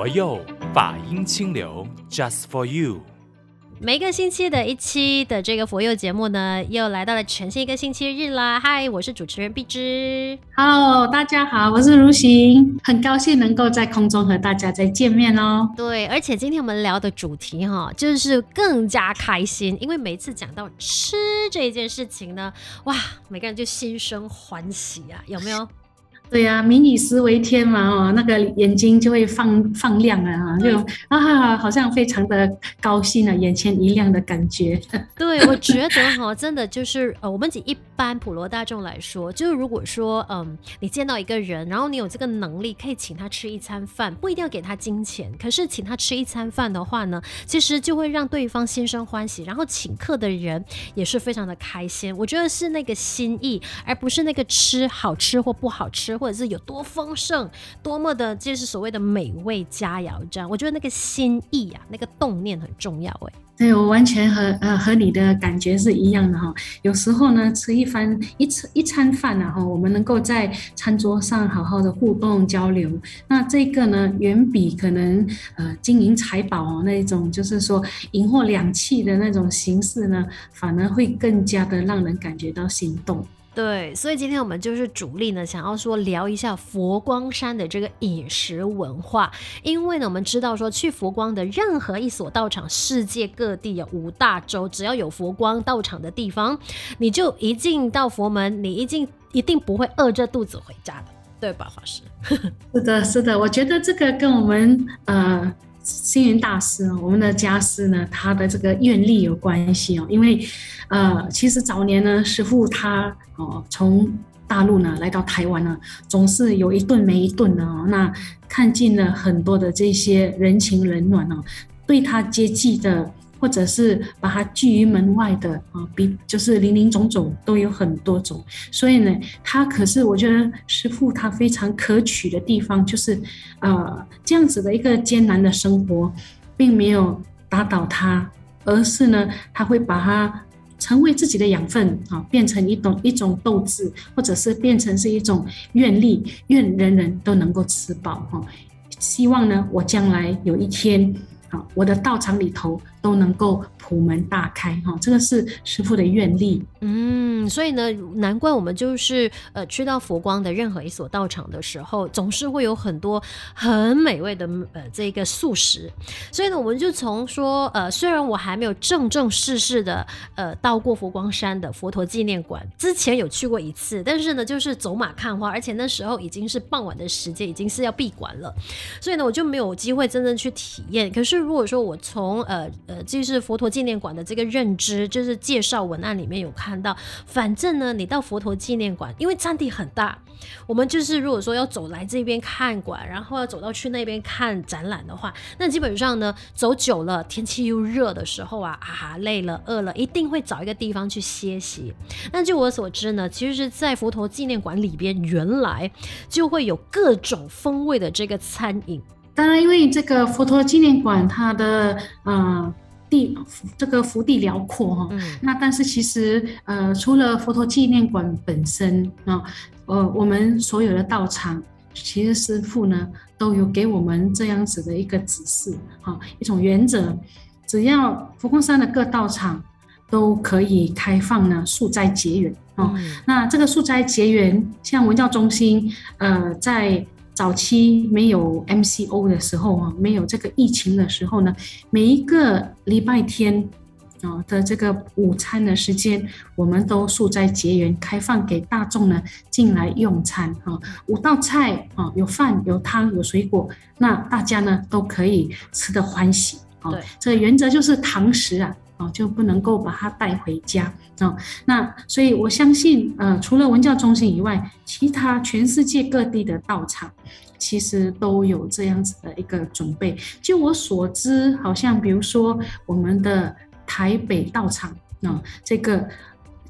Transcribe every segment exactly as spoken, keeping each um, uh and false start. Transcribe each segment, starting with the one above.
佛佑法音清流 Just for you。 每个星期的一期的这个佛佑节目呢，又来到了全新一个星期日啦。嗨，我是主持人碧芝。 Hello， 大家好，我是如行，很高兴能够在空中和大家再见面哦。 对，而且今天我们聊的主题哈，就是更加开心，因为每次讲到吃这一件事情呢，哇，每个人就心生欢喜啊，有没有？ 对呀、啊，民以食为天嘛，哦，那个眼睛就会放放亮啊，就啊，好像非常的高兴啊，眼前一亮的感觉。 对，我觉得哈，真的就是呃，我们以一般普罗大众来说，就是如果说嗯，你见到一个人，然后你有这个能力可以请他吃一餐饭，不一定要给他金钱，可是请他吃一餐饭的话呢，其实就会让对方心生欢喜，然后请客的人也是非常的开心。我觉得是那个心意，而不是那个吃好吃或不好吃，或者是有多丰盛，多么的就是所谓的美味佳肴这样。我觉得那个心意啊，那个动念很重要哎。 对，我完全和呃和你的感觉是一样的哈。有时候呢，吃一番一餐一餐饭啊哈，我们能够在餐桌上好好的互动交流，那这个呢，远比可能呃金银财宝哦那一种，就是说银货两讫的那种形式呢，反而会更加的让人感觉到心动。 对，所以今天我们就是主力呢，想要说聊一下佛光山的这个饮食文化，因为呢，我们知道说去佛光的任何一所道场，世界各地有五大洲，只要有佛光道场的地方，你就一进到佛门，你一进一定不会饿着肚子回家的，对吧，法师？ 是的，是的，我觉得这个跟我们呃。星云大师，我们的家师呢，他的这个愿力有关系哦。因为，呃，其实早年呢，师父他哦从大陆呢来到台湾呢，总是有一顿没一顿的哦。那看尽了很多的这些人情冷暖哦，对他接济的，或者是把他拒于门外的啊，比就是林林总总都有很多种。所以呢，他可是我觉得师父他非常可取的地方，就是呃这样子的一个艰难的生活，并没有打倒他，而是呢他会把它成为自己的养分啊，变成一种一种斗志，或者是变成是一种愿力，愿人人都能够吃饱哈。希望呢，我将来有一天。我的道场里头都能够普门大开，这个是师父的愿力。 嗯，所以呢，难怪我们就是呃去到佛光的任何一所道场的时候，总是会有很多很美味的呃这个素食。所以呢，我们就从说呃，虽然我还没有正正式式的呃到过佛光山的佛陀纪念馆，之前有去过一次，但是呢，就是走马看花，而且那时候已经是傍晚的时间，已经是要闭馆了，所以呢，我就没有机会真正去体验。可是如果说我从呃呃就是佛陀纪念馆的这个认知，就是介绍文案里面有看到，反正呢你到佛陀纪念馆，因为占地很大，我们就是如果说要走来这边看馆，然后要走到去那边看展览的话，那基本上呢走久了，天气又热的时候啊啊累了饿了，一定会找一个地方去歇息。那据我所知呢，其实是在佛陀纪念馆里边原来就会有各种风味的这个餐饮。 当然，因为这个佛陀纪念馆，它的呃地这个幅地辽阔哈、哦，嗯、那但是其实呃，除了佛陀纪念馆本身啊、哦，呃，我们所有的道场，其实师父呢都有给我们这样子的一个指示哈、哦，一种原则，只要佛光山的各道场都可以开放呢素斋结缘哦。嗯、那这个素斋结缘，像文教中心呃在。早期没有 M C O 的时候啊，没有这个疫情的时候呢，每一个礼拜天啊的这个午餐的时间，我们都素斋结缘，开放给大众呢进来用餐啊。五道菜啊，有饭有汤有水果，那大家呢都可以吃得欢喜啊。这个原则就是堂食啊。哦，就不能够把它带回家哦。那所以我相信，呃，除了文教中心以外，其他全世界各地的道场，其实都有这样子的一个准备。就我所知，好像比如说我们的台北道场，哦，这个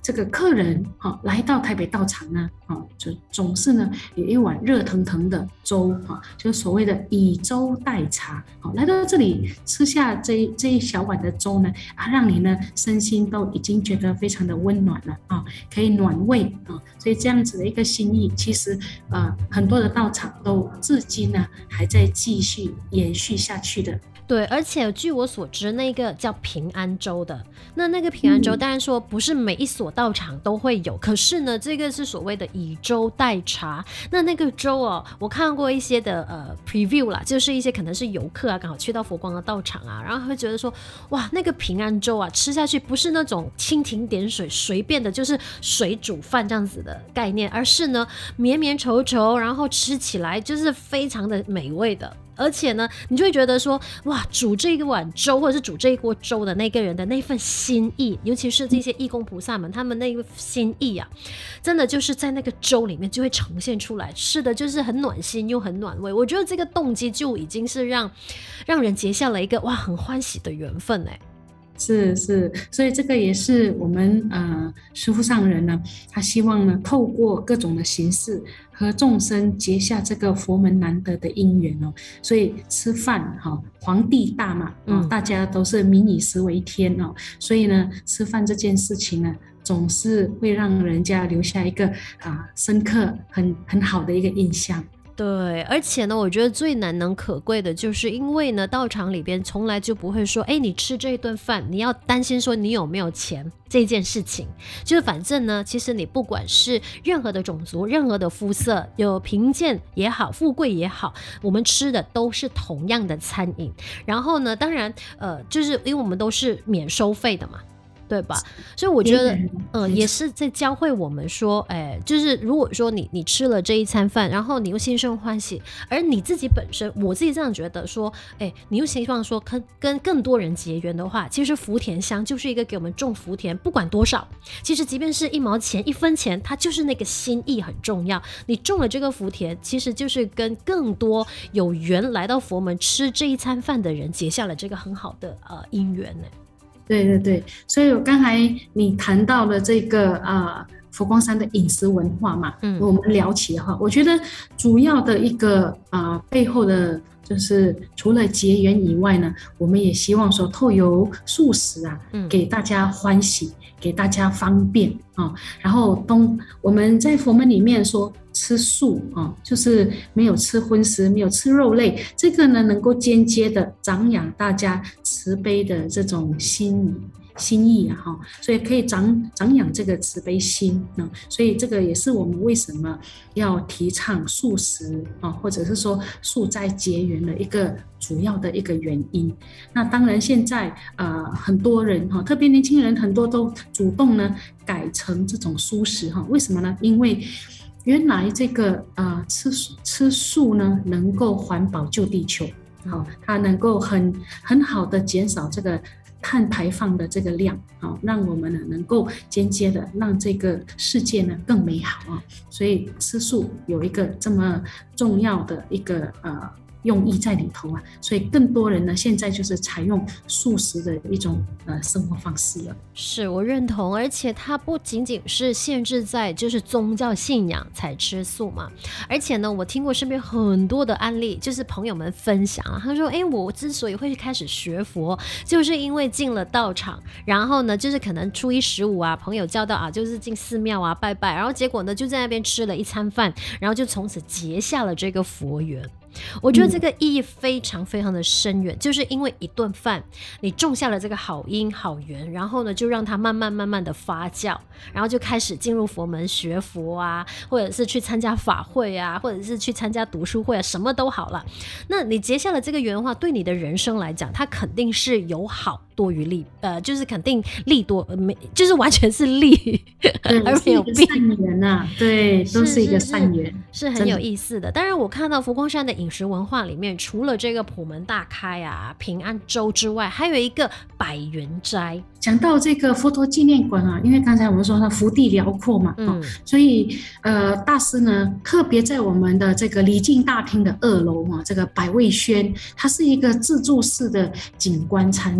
这个客人哈、哦、来到台北道场呢，啊、哦，就总是呢有一碗热腾腾的粥啊、哦，就是所谓的以粥代茶。好、哦，来到这里吃下这一这一小碗的粥呢，啊，让你呢身心都已经觉得非常的温暖了啊、哦，可以暖胃啊、哦。所以这样子的一个心意，其实呃很多的道场都至今呢还在继续延续下去的。 对，而且据我所知，那个叫平安粥的，那那个平安粥，当然说不是每一所道场都会有，嗯、可是呢，这个是所谓的以粥代茶。那那个粥哦，我看过一些的呃 preview 啦，就是一些可能是游客啊，刚好去到佛光的道场啊，然后会觉得说，哇，那个平安粥啊，吃下去不是那种蜻蜓点水随便的，就是水煮饭这样子的概念，而是呢绵绵稠稠，然后吃起来就是非常的美味的。而且呢，你就会觉得说，哇，煮这一碗粥或者是煮这一锅粥的那个人的那份心意，尤其是这些义工菩萨们，他们那个心意啊，真的就是在那个粥里面就会呈现出来，吃的就是很暖心又很暖胃。我觉得这个动机就已经是让让人结下了一个哇很欢喜的缘分哎。 是是，所以这个也是我们呃师父上人呢，他希望呢透过各种的形式和众生结下这个佛门难得的因缘哦。所以吃饭哈、哦，皇帝大嘛，哦，嗯、大家都是民以食为天哦，所以呢，吃饭这件事情呢，总是会让人家留下一个啊、呃、深刻很很好的一个印象。 对，而且呢，我觉得最难能可贵的就是因为呢，道场里边从来就不会说，哎，你吃这一顿饭，你要担心说你有没有钱这件事情。就是反正呢，其实你不管是任何的种族、任何的肤色，有贫贱也好、富贵也好，我们吃的都是同样的餐饮。然后呢，当然，呃，就是因为我们都是免收费的嘛。对吧？所以我觉得，呃，也是在教会我们说，哎，就是如果说你你吃了这一餐饭，然后你又心生欢喜，而你自己本身，我自己这样觉得说，哎，你又希望说跟跟更多人结缘的话，其实福田香就是一个给我们种福田，不管多少，其实即便是一毛钱、一分钱，它就是那个心意很重要。你种了这个福田，其实就是跟更多有缘来到佛门吃这一餐饭的人结下了这个很好的呃因缘呢。 对对对，所以我刚才你谈到了这个啊、呃、佛光山的饮食文化嘛，嗯，我们聊起的话，我觉得主要的一个啊、呃、背后的就是除了结缘以外呢，我们也希望说透由素食啊，嗯，给大家欢喜，给大家方便啊、哦。然后东我们在佛门里面说吃素啊、哦，就是没有吃荤食，没有吃肉类，这个呢能够间接的长养大家慈悲的这种心心意啊，哈，所以可以长长养这个慈悲心啊，所以这个也是我们为什么要提倡素食啊，或者是说素斋结缘的一个主要的一个原因。那当然现在呃很多人哈，特别年轻人很多都主动呢改成这种素食哈，为什么呢？因为原来这个呃吃吃素呢能够环保救地球，好，它能够很很好的减少这个碳排放的这个量，好，让我们呢能够间接的让这个世界呢更美好啊。所以吃素有一个这么重要的一个呃用意在里头啊，所以更多人呢现在就是采用素食的一种呃生活方式了。 是我认同，而且它不仅仅是限制在就是宗教信仰才吃素嘛，而且呢，我听过身边很多的案例，就是朋友们分享啊，他说，哎，我之所以会开始学佛，就是因为进了道场，然后呢，就是可能初一十五啊，朋友叫到啊，就是进寺庙啊拜拜，然后结果呢就在那边吃了一餐饭，然后就从此结下了这个佛缘。我觉得这个意义非常非常的深远，就是因为一顿饭你种下了这个好因好缘，然后呢就让它慢慢慢慢的发酵，然后就开始进入佛门学佛啊，或者是去参加法会啊，或者是去参加读书会啊，什么都好了。那你结下了这个缘的话，对你的人生来讲，它肯定是有好多于利，呃，就是肯定利多，没，就是完全是利，而没有弊。 善缘啊，对，都是一个善缘， 是很有意思的。当然，我看到佛光山的饮食文化里面，除了这个普门大开啊、平安粥之外，还有一个百元斋。 讲到这个佛陀纪念馆啊，因为刚才我们说它福地辽阔嘛，嗯，哦、所以呃，大师呢特别在我们的这个礼敬大厅的二楼啊，这个百味轩，它是一个自助式的景观餐厅啊。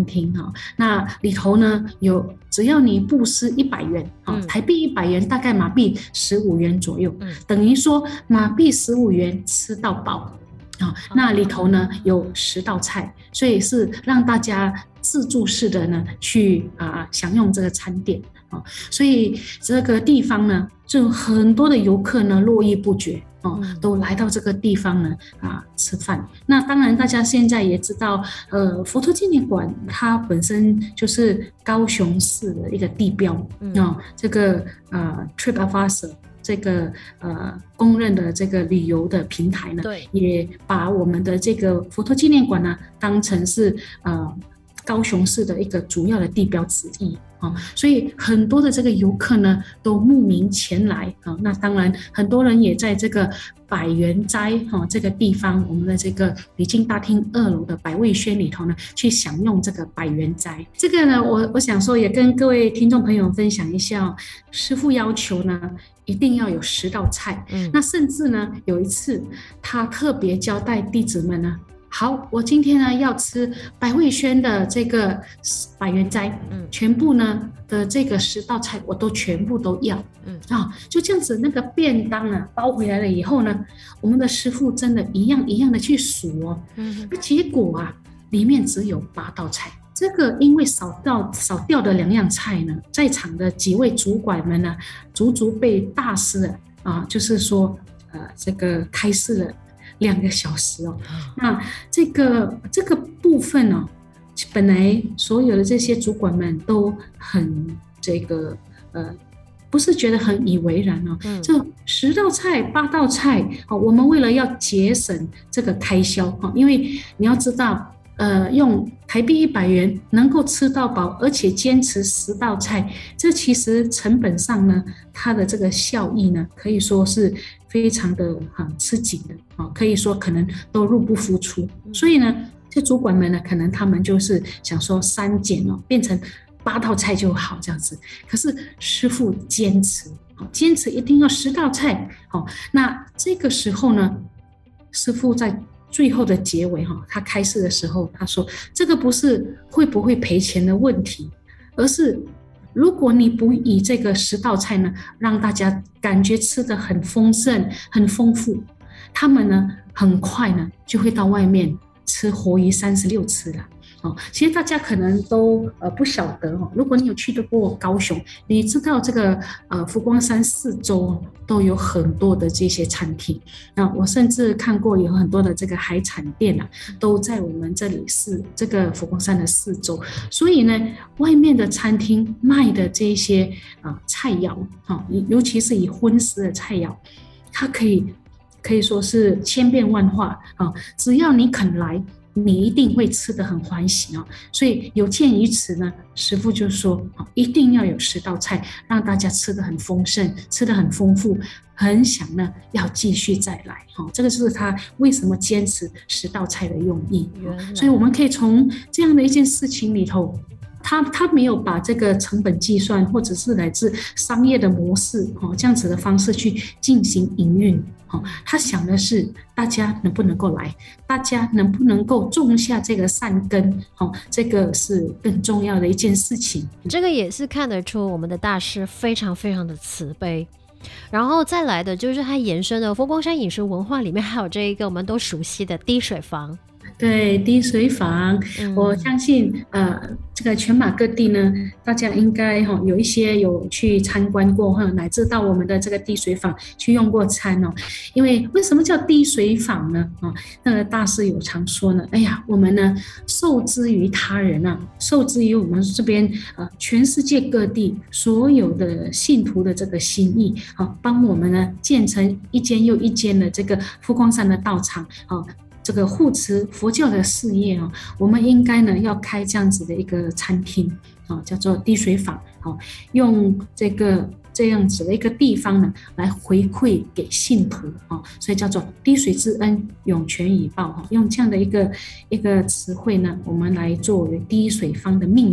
啊，那里头呢有只要你布施一百元啊，台币一百元大概马币十五元左右，嗯、等于说马币十五元吃到饱。啊、哦，那里头呢有十道菜，所以是让大家自助式的呢去啊、呃、享用这个餐点啊、哦，所以这个地方呢就很多的游客呢络绎不绝哦，都来到这个地方呢啊吃饭。那当然大家现在也知道，呃，佛陀纪念馆它本身就是高雄市的一个地标啊、嗯哦，这个呃 TripAdvisor。这个呃公认的这个旅游的平台呢，也把我们的这个佛陀纪念馆呢当成是呃高雄市的一个主要的地标之一啊、哦，所以很多的这个游客呢都慕名前来啊、哦。那当然，很多人也在这个百元斋哈、哦、这个地方，我们的这个礼敬大厅二楼的百味轩里头呢，去享用这个百元斋。这个呢，我我想说也跟各位听众朋友分享一下、哦，师父要求呢。一定要有十道菜，嗯，那甚至呢，有一次他特别交代弟子们呢，好，我今天呢要吃百味轩的这个百元斋，嗯，全部呢的这个十道菜我都全部都要，嗯啊，就这样子那个便当啊包回来了以后呢，我们的师父真的一样一样的去数哦，嗯，结果啊里面只有八道菜。这个因为少掉少掉的两样菜呢，在场的几位主管们呢，足足被大师啊，就是说呃这个开示了两个小时哦。那这个这个部分呢、哦，本来所有的这些主管们都很这个呃。不是觉得很以为然哦，嗯、这十道菜八道菜哦，我们为了要节省这个开销哈，因为你要知道。呃，用台币一百元能够吃到饱，而且坚持十道菜，这其实成本上呢，它的这个效益呢，可以说是非常的哈吃紧的啊，可以说可能都入不敷出。所以呢，这主管们呢，可能他们就是想说删减哦，变成八道菜就好这样子。可是师父坚持，坚持一定要十道菜。好，那这个时候呢，师父在。最后的结尾哈，他开示的时候，他说：“这个不是会不会赔钱的问题，而是如果你不以这个十道菜呢，让大家感觉吃得很丰盛、很丰富，他们呢很快呢就会到外面吃活鱼三十六吃了。”哦，其实大家可能都呃不晓得哦，如果你有去过高雄，你知道这个呃佛光山四周都有很多的这些餐厅。那我甚至看过有很多的这个海产店啊，都在我们这里是这个佛光山的四周。所以呢，外面的餐厅卖的这些啊、呃、菜肴啊、哦，尤其是以荤食的菜肴，它可以可以说是千变万化啊、哦，只要你肯来。你一定会吃得很欢喜哦，所以有鉴于此呢，师父就说一定要有十道菜，让大家吃得很丰盛，吃得很丰富，很想呢要继续再来哈。这个是他为什么坚持十道菜的用意。所以我们可以从这样的一件事情里头。他他没有把这个成本计算，或者是来自商业的模式，哦，这样子的方式去进行营运，哦，他想的是大家能不能够来，大家能不能够种下这个善根，哦，这个是更重要的一件事情。 这个也是看得出我们的大师非常非常的慈悲。然后再来的就是他延伸的佛光山饮食文化里面还有这一个我们都熟悉的滴水房。 对，滴水坊，嗯、我相信呃，这个全马各地呢，大家应该哈、哦、有一些有去参观过哈，乃至到我们的这个滴水坊去用过餐哦。因为为什么叫滴水坊呢？啊、哦，那个大师有常说呢，哎呀，我们呢受之于他人啊，受之于我们这边呃全世界各地所有的信徒的这个心意啊，帮我们呢建成一间又一间的这个佛光山的道场啊。这个护持佛教的事业啊，我们应该呢要开这样子的一个餐厅啊，叫做滴水坊啊，用这个这样子的一个地方呢来回馈给信徒啊，所以叫做滴水之恩涌泉以报哈，用这样的一个一个词汇呢，我们来作为滴水坊的命名。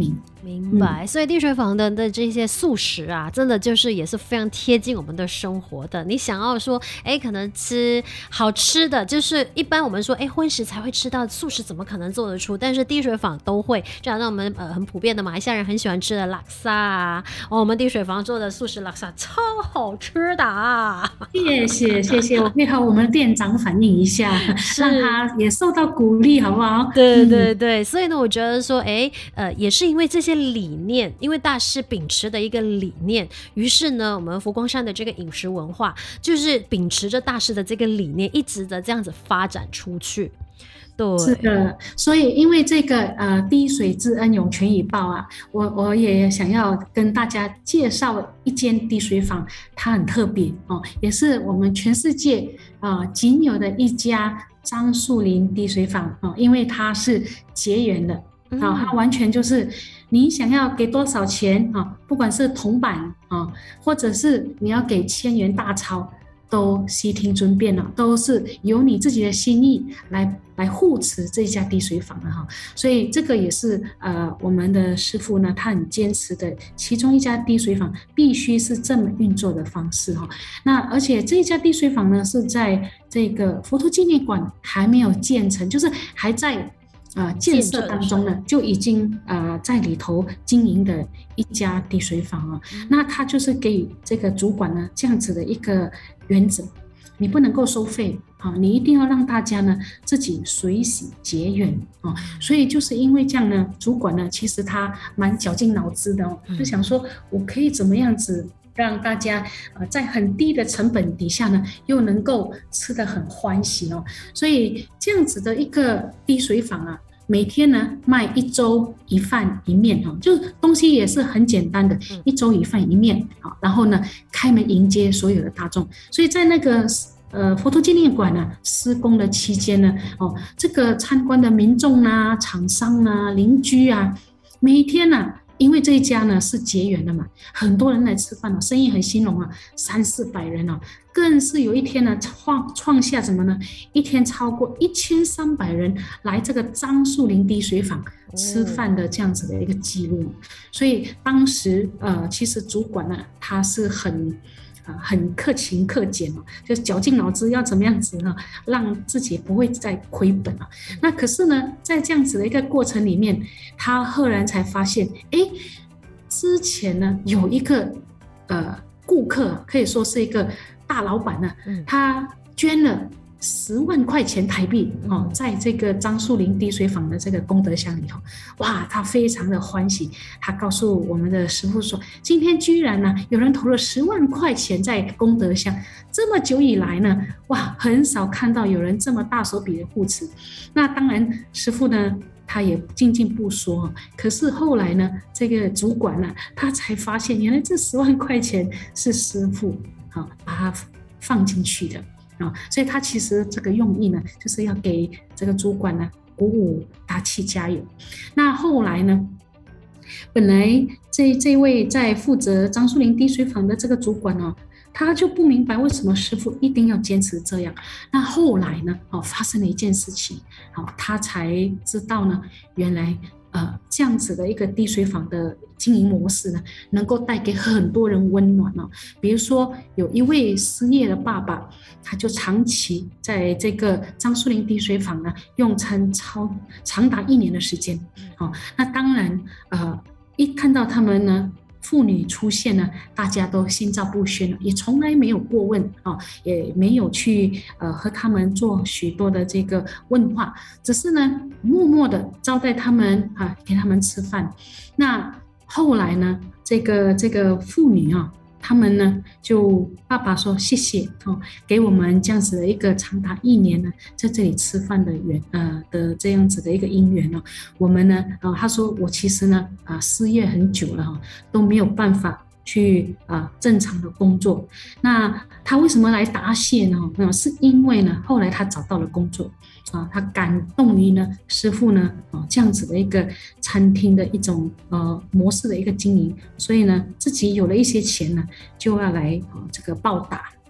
明白，所以滴水坊的的这些素食啊，真的就是也是非常贴近我们的生活的。你想要说，哎，可能吃好吃的，就是一般我们说，哎，荤食才会吃到，素食怎么可能做得出？但是滴水坊都会，就好像我们呃很普遍的马来西亚人很喜欢吃的拉萨啊，哦，我们滴水坊做的素食拉萨超好吃的啊！ 谢谢谢谢，我会和我们店长反映一下，让他也受到鼓励，好不好？ 对对对，嗯、所以呢，我觉得说，哎，呃，也是因为这些理念，因为大师秉持的一个理念，于是呢，我们佛光山的这个饮食文化就是秉持着大师的这个理念，一直的这样子发展出去。对， 是的，所以因为这个呃滴水之恩涌泉以报啊，我我也想要跟大家介绍一间滴水坊，它很特别哦，也是我们全世界啊、呃、仅有的一家樟树林滴水坊哦，因为它是结缘的。啊，它完全就是你想要给多少钱啊，不管是铜板啊，或者是你要给千元大钞，都悉听尊便了，都是由你自己的心意来来护持这家滴水坊的哈。所以这个也是呃我们的师父呢，他很坚持的，其中一家滴水坊必须是这么运作的方式哈。那而且这一家滴水坊呢，是在这个佛陀纪念馆还没有建成，就是还在。呃，建设当中呢，就已经呃在里头经营的一家滴水坊啊、哦，嗯、那他就是给这个主管呢这样子的一个原则，你不能够收费啊，你一定要让大家呢自己随喜结缘啊，所以就是因为这样呢，主管呢其实他蛮绞尽脑汁的哦，就想说我可以怎么样子。让大家呃在很低的成本底下呢，又能够吃得很欢喜哦，所以这样子的一个滴水坊啊，每天呢卖一粥一饭一面哦，就东西也是很简单的，一粥一饭一面啊，然后呢开门迎接所有的大众，所以在那个呃佛陀纪念馆呢施工的期间呢，哦，这个参观的民众啊、厂商啊、邻居啊，每一天呢、啊。因为这一家呢是结缘的嘛，很多人来吃饭了、哦，生意很兴隆啊，三四百人哦，更是有一天呢创创下什么呢？一天超过一千三百人来这个樟树林滴水坊吃饭的这样子的一个记录，哦、所以当时呃，其实主管呢他是很。啊，很克勤克俭哦，就绞尽脑汁要怎么样子呢，让自己不会再亏本啊。那可是呢，在这样子的一个过程里面，他赫然才发现，哎，之前呢有一个呃顾客，可以说是一个大老板呢，他捐了十万块钱台币哦，在这个樟树林滴水坊的这个功德箱里头，哇，他非常的欢喜。他告诉我们的师父说，今天居然呢有人投了十万块钱在功德箱，这么久以来呢，哇，很少看到有人这么大手笔的护持。那当然，师父呢他也静静不说，可是后来呢，这个主管呢，他才发现原来这十万块钱是师父啊把它放进去的。所以他其实这个用意呢，就是要给这个主管呢鼓舞打气加油。那后来呢，本来这这位在负责樟树林滴水坊的这个主管呢，他就不明白为什么师父一定要坚持这样。那后来呢，哦，发生了一件事情，哦，他才知道呢，原来呃这样子的一个滴水坊的经营模式呢，能够带给很多人温暖哦。比如说有一位失业的爸爸，他就长期在这个樟树林滴水坊呢用餐超长达一年的时间。哦，那当然呃一看到他们呢。妇女出现呢，大家都心照不宣了，也从来没有过问啊，也没有去呃和他们做许多的这个问话，只是呢默默的招待他们啊，给他们吃饭。那后来呢，这个这个妇女啊，他们呢就爸爸说谢谢哦，给我们这样子的一个长达一年呢在这里吃饭的缘呃的这样子的一个因缘哦。我们呢呃他说我其实呢啊、呃、失业很久了哈、哦，都没有办法去啊、呃、正常的工作。那他为什么来答谢呢？呃、是因为呢后来他找到了工作啊，他感动于呢师父呢啊这样子的一个餐厅的一种呃模式的一个经营，所以呢自己有了一些钱呢就要来啊这个报答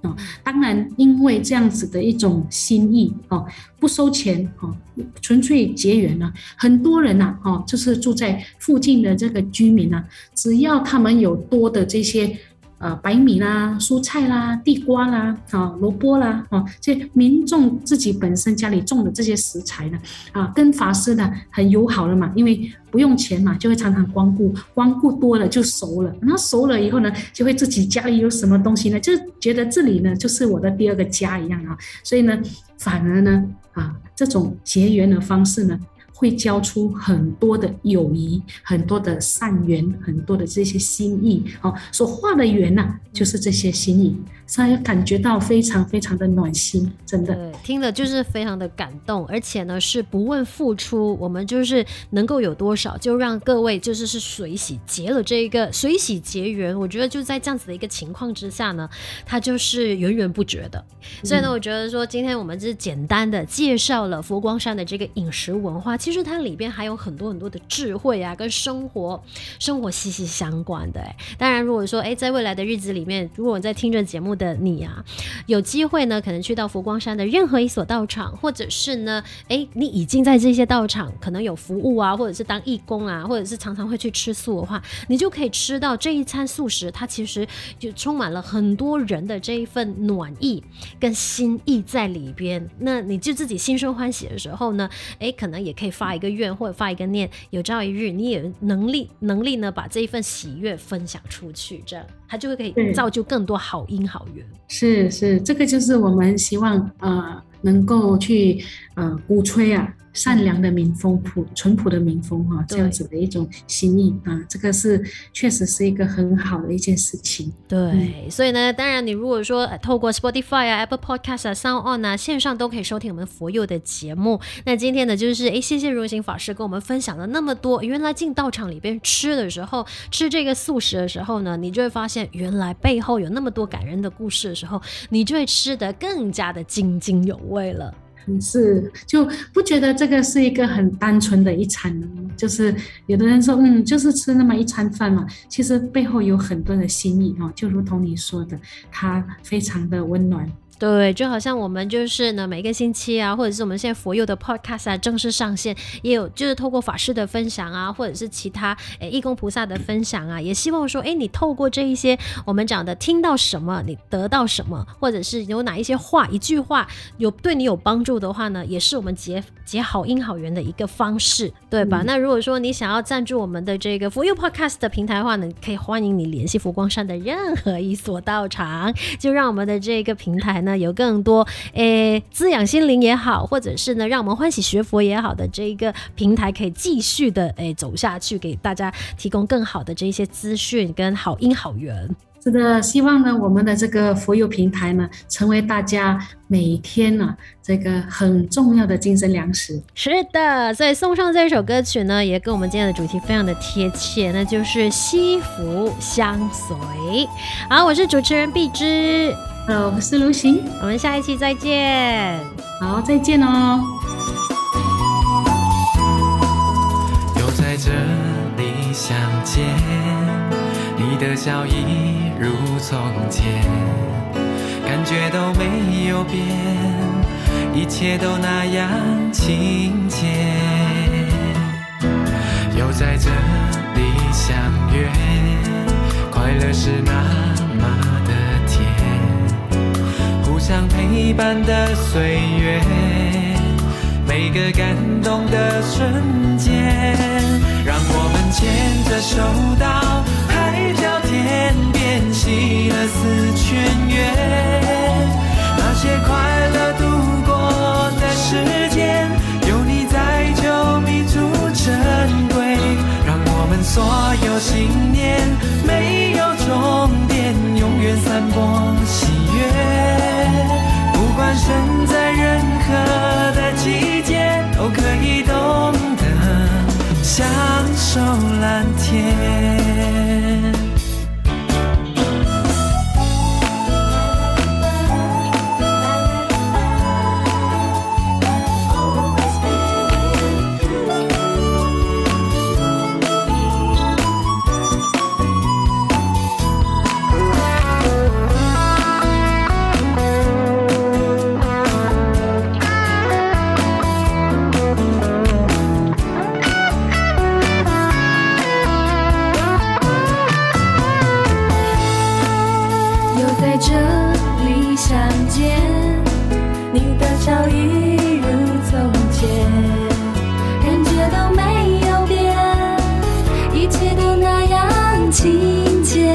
哦，当然，因为这样子的一种心意哦，不收钱哦，纯粹结缘啊，很多人呐、啊、哦，就是住在附近的这个居民啊，只要他们有多的这些呃白米啦、蔬菜啦、地瓜啦、啊萝卜啦，哦，这民众自己本身家里种的这些食材呢，啊，跟法师呢很友好了嘛，因为不用钱嘛，就会常常光顾，光顾多了就熟了，然后熟了以后呢，就会自己家里有什么东西呢，就觉得这里呢就是我的第二个家一样啊，所以呢，反而呢，啊，这种结缘的方式呢，会交出很多的友谊，很多的善缘，很多的这些心意哦，所画的缘呐、啊，就是这些心意，所以感觉到非常非常的暖心，真的。 对，听了就是非常的感动，而且呢是不问付出，我们就是能够有多少，就让各位就是是随喜结了这一个随喜结缘。我觉得就在这样子的一个情况之下呢，它就是源源不绝的。所以呢，我觉得说今天我们是简单的介绍了佛光山的这个饮食文化，其实它里边还有很多很多的智慧啊，跟生活生活息息相关的。当然，如果说哎，在未来的日子里面，如果你在听着节目的你啊，有机会呢，可能去到佛光山的任何一所道场，或者是呢，哎，你已经在这些道场可能有服务啊，或者是当义工啊，或者是常常会去吃素的话，你就可以吃到这一餐素食，它其实就充满了很多人的这一份暖意跟心意在里边。那你就自己心生欢喜的时候呢，哎，可能也可以发一个愿或者发一个念，有朝一日你也有能力能力呢，把这一份喜悦分享出去，这样它就会可以造就更多好因好缘。 是是，这个就是我们希望呃能够去呃鼓吹啊善良的民风、朴淳朴的民风哈、啊，这样子的一种心意啊，这个是确实是一个很好的一件事情。 对， 嗯、 所以呢，当然你如果说、呃、透过 Spotify 啊、Apple Podcast 啊、Sound On 啊，线上都可以收听我们佛佑的节目。那今天呢，就是哎，谢谢如行法师跟我们分享了那么多。原来进道场里边吃的时候，吃这个素食的时候呢，你就会发现原来背后有那么多感人的故事的时候，你就会吃得更加的津津有味了。 是，就不觉得这个是一个很单纯的一餐，就是有的人说，嗯，就是吃那么一餐饭嘛，其实背后有很多的心意哦，就如同你说的，它非常的温暖。 对，就好像我们就是呢，每个星期啊，或者是我们现在佛佑的 podcast 啊正式上线，也有就是透过法师的分享啊，或者是其他诶义工菩萨的分享啊，也希望说，诶，你透过这一些我们讲的听到什么，你得到什么，或者是有哪一些话，一句话有对你有帮助的话呢，也是我们结结好因好缘的一个方式，对吧？嗯、那如果说你想要赞助我们的这个佛佑 podcast 的平台的话呢，可以欢迎你联系佛光山的任何一所道场，就让我们的这个平台呢。有更多诶滋养心灵也好，或者是呢让我们欢喜学佛也好的这一个平台，可以继续的诶走下去，给大家提供更好的这些资讯跟好因好缘。 是的，希望呢我们的这个佛佑平台呢，成为大家每天呢、啊、这个很重要的精神粮食。 是的，所以送上这首歌曲呢，也跟我们今天的主题非常的贴切，那就是惜福相随。好，我是主持人碧芝， 呃，我是如行， 我们下一期再见。 好，再见哦。 又在这里相见，你的笑意如从前，感觉都没有变，一切都那样亲切。又在这里相约，快乐是那么的甜，互相陪伴的岁月，每个感动的瞬间，让我们牵着手到海角天边，喜乐似泉源。那些快乐度过的时间，有你在就弥足珍贵，让我们所有信念没有终点，永远散播喜悦。不管身在任何的季节，都可以懂得享受蓝天。 间，你的笑一如从前，人觉都没有变，一切都那样亲切，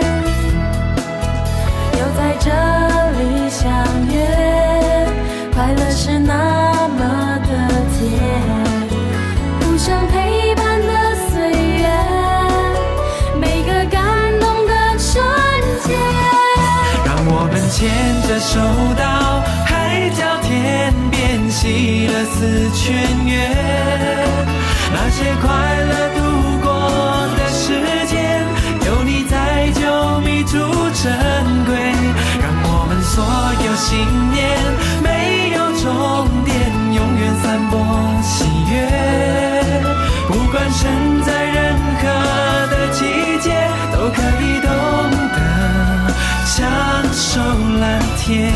又在这里相约，快乐是那么的甜，互相陪伴的岁月，每个感动的瞬间， 让我们牵着手到海角天边，洗了丝泉月，那些快乐度过的时间，有你在就弥足珍贵，让我们所有信念没有终点，永远散播喜悦，不管身在任何的季节，都可以懂得享受蓝天。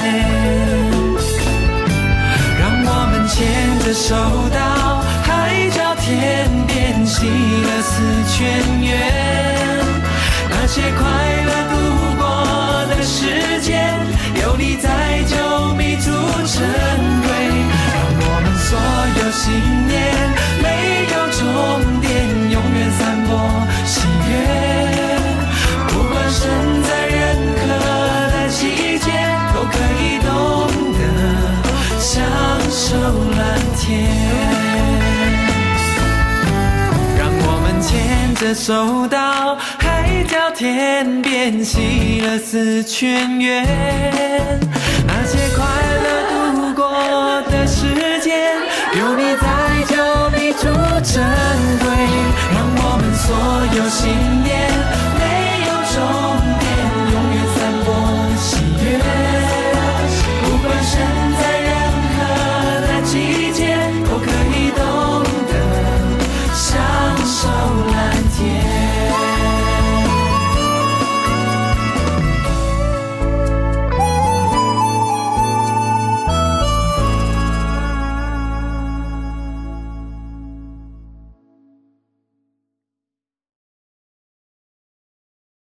让我们牵着手到海角天边，洗了丝泉月，那些快乐度过的时间，有你在就弥足珍贵，让我们所有信念没有终点，永远散播喜悦，不管身在任何的季节，都可以懂得享受蓝天。让我们牵着手到海角天边，洗了丝泉月，